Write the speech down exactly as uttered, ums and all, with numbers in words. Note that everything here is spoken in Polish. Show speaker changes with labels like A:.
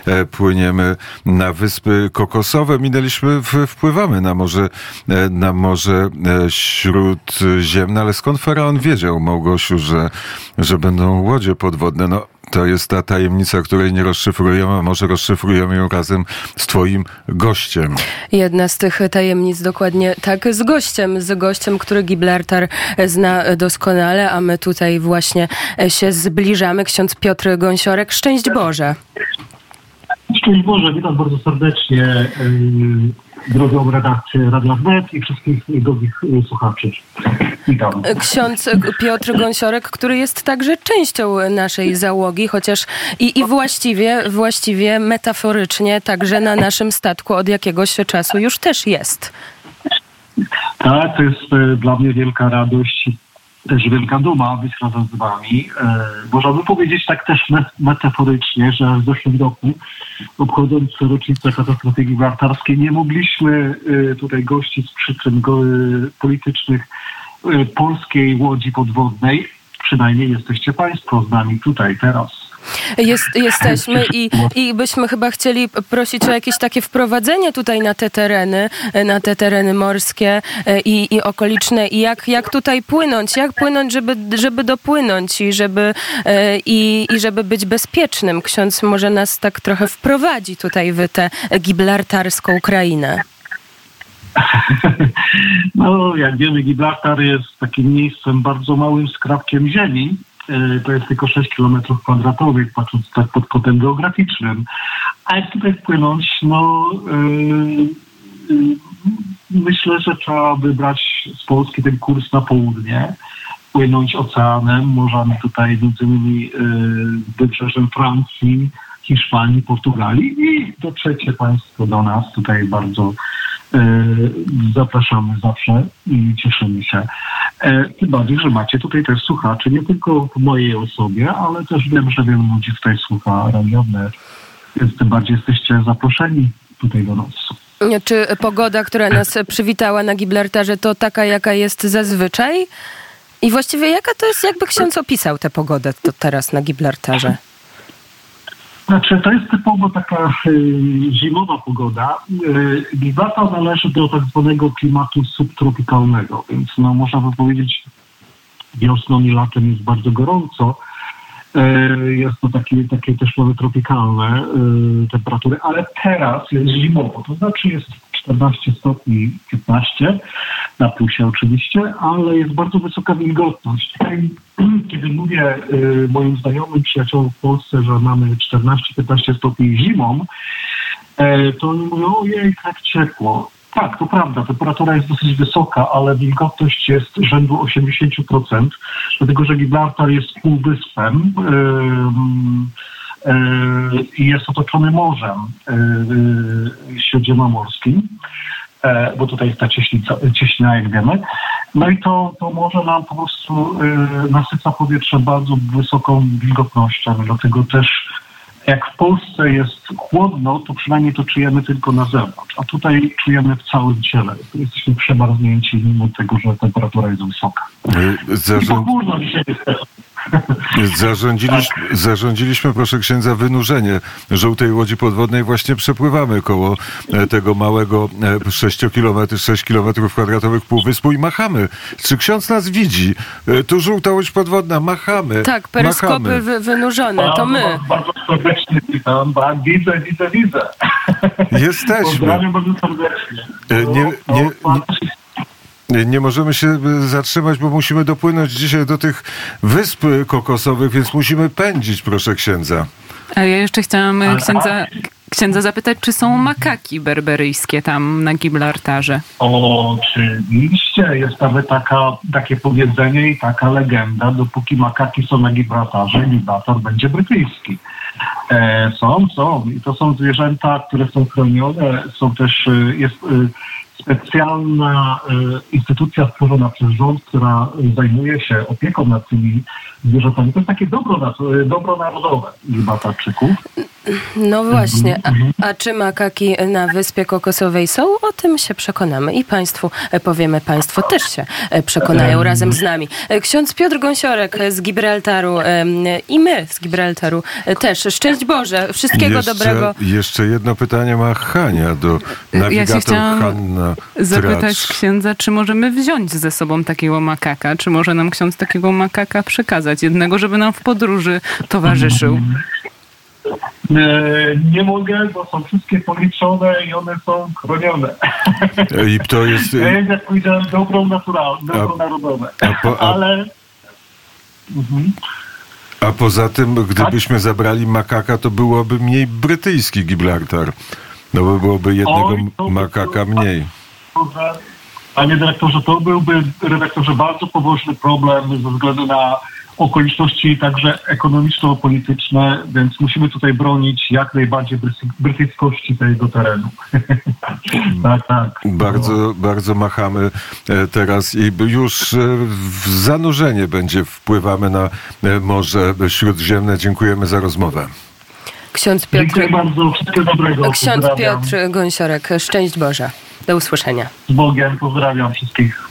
A: Płyniemy na Wyspy Kokosowe, minęliśmy, wpływamy na morze, na morze Śródziemne, ale skąd faraon wiedział, Małgosiu, że, że będą łodzie podwodne? No, to jest ta tajemnica, której nie rozszyfrujemy, a może rozszyfrujemy ją razem z twoim gościem.
B: Jedna z tych tajemnic, dokładnie tak, z gościem, z gościem, który Gibraltar zna doskonale, a my tutaj właśnie się zbliżamy. Ksiądz Piotr Gąsiorek, szczęść Boże.
C: Szczęść Boże, witam bardzo serdecznie yy, drogą redakcję Radia Wnet i wszystkich drogich yy, słuchaczy. Witam.
B: Ksiądz Piotr Gąsiorek, który jest także częścią naszej załogi, chociaż i, i właściwie, właściwie metaforycznie także na naszym statku od jakiegoś czasu już też jest.
C: Tak, to jest yy, dla mnie wielka radość, też wielka duma być razem z wami. E, można by powiedzieć tak też metaforycznie, że w zeszłym roku, obchodząc rocznicę katastrofy gibraltarskiej, nie mogliśmy e, tutaj gościć z przyczyn go, e, politycznych e, polskiej łodzi podwodnej. Przynajmniej jesteście państwo z nami tutaj, teraz.
B: Jest, jesteśmy i, i byśmy chyba chcieli prosić o jakieś takie wprowadzenie tutaj na te tereny, na te tereny morskie i, i okoliczne. I jak, jak tutaj płynąć, jak płynąć, żeby, żeby dopłynąć i żeby, i, i żeby być bezpiecznym. Ksiądz może nas tak trochę wprowadzi tutaj w tę gibraltarską krainę.
C: No, jak wiemy, Gibraltar jest takim miejscem bardzo małym skrawkiem ziemi. To jest tylko sześć kilometrów kwadratowych, patrząc tak pod kątem geograficznym. A jak tutaj wpłynąć, no yy, yy, myślę, że trzeba wybrać z Polski ten kurs na południe, płynąć oceanem, morzami tutaj między innymi yy, wybrzeżem Francji, Hiszpanii, Portugalii i dotrzecie państwo do nas tutaj bardzo zapraszamy zawsze i cieszymy się. Tym bardziej, że macie tutaj też słuchaczy, nie tylko w mojej osobie, ale też wiem, że wielu ludzi tutaj słucha Radia Wnet, więc tym bardziej jesteście zaproszeni tutaj do nas.
B: Czy pogoda, która nas przywitała na Gibraltarze, to taka, jaka jest zazwyczaj? I właściwie jaka to jest, jakby ksiądz opisał tę pogodę to teraz na Gibraltarze?
C: Znaczy, to jest typowo taka y, zimowa pogoda. Y, Gibraltar należy do tak zwanego klimatu subtropikalnego, więc no, można by powiedzieć, wiosną i latem jest bardzo gorąco. Y, jest to takie, takie też mamy tropikalne y, temperatury, ale teraz jest zimowo, to znaczy jest czternaście stopni, piętnaście na plusie oczywiście, ale jest bardzo wysoka wilgotność. Kiedy mówię y, moim znajomym, przyjaciołom w Polsce, że mamy czternaście piętnaście stopni zimą, y, to oni mówią, ojej, tak ciepło. Tak, to prawda, temperatura jest dosyć wysoka, ale wilgotność jest rzędu osiemdziesiąt procent, dlatego że Gibraltar jest półwyspem i y, y, jest otoczony morzem y, y, śródziemnomorskim, y, bo tutaj jest ta cieśnica, cieśnina, jak wiemy. No i to, to morze nam po prostu y, nasyca powietrze bardzo wysoką wilgotnością, dlatego też jak w Polsce jest chłodno, to przynajmniej to czujemy tylko na zewnątrz, a tutaj czujemy w całym ciele. Jesteśmy przemarznięci mimo tego, że temperatura jest wysoka.
A: Zarząd... Zarządziliśmy, zarządziliśmy, proszę księdza, wynurzenie żółtej łodzi podwodnej. Właśnie przepływamy koło tego małego sześć kilometrów kwadratowych półwyspu i machamy. Czy ksiądz nas widzi? Tu żółta łódź podwodna, machamy.
B: Tak, peryskopy wy, wynurzone, to my.
C: Bardzo serdecznie witam. Widzę, widzę, widzę.
A: Jesteśmy.
C: Pozdrawiam bardzo serdecznie.
A: Nie, nie, nie. Nie możemy się zatrzymać, bo musimy dopłynąć dzisiaj do tych Wysp Kokosowych, więc musimy pędzić, proszę księdza.
D: A ja jeszcze chciałam księdza, księdza zapytać, czy są makaki berberyjskie tam na Gibraltarze?
C: Oczywiście, jest nawet taka, takie powiedzenie i taka legenda, dopóki makaki są na Gibraltarze, Gibraltar będzie brytyjski. E, są, są. I to są zwierzęta, które są chronione, są też, jest specjalna y, instytucja stworzona przez rząd, która zajmuje się opieką nad tymi zwierzętami. To jest takie dobro, dobro narodowe Gibraltarczyków.
B: No właśnie, a, a czy makaki na Wyspie Kokosowej są? O tym się przekonamy i Państwu powiemy. Państwo też się przekonają razem z nami. Ksiądz Piotr Gąsiorek z Gibraltaru i my z Gibraltaru też. Szczęść Boże, wszystkiego
A: jeszcze,
B: dobrego.
A: Jeszcze jedno pytanie ma Hania do nawigator
D: ja się
A: Hanna
D: zapytać
A: Tracz.
D: księdza, czy możemy wziąć ze sobą takiego makaka? Czy może nam ksiądz takiego makaka przekazać? Jednego, żeby nam w podróży towarzyszył.
C: Nie mogę, bo są wszystkie policzone i one są chronione.
A: I to jest...
C: Jak powiedziałem, dobro naturalne, dobro narodowe.
A: A po, a,
C: Ale... Mhm.
A: a poza tym, gdybyśmy zabrali makaka, to byłoby mniej brytyjski Gibraltar. No bo byłoby jednego
C: Oj, to by
A: makaka
C: było-
A: mniej.
C: Panie dyrektorze, to byłby, redaktorze, bardzo poważny problem ze względu na okoliczności także ekonomiczno-polityczne, więc musimy tutaj bronić jak najbardziej bryty- brytyjskości tego terenu. tak, tak.
A: Bardzo, bardzo machamy e, teraz i już e, w zanurzenie będzie wpływamy na e, Morze Śródziemne. Dziękujemy za rozmowę.
B: Ksiądz Piotr,
C: Dziękuję bardzo, wszystkiego dobrego.
B: ksiądz
C: Pozdrawiam.
B: Piotr Gąsiorek, szczęść Boże. Do usłyszenia.
C: Z Bogiem, pozdrawiam wszystkich.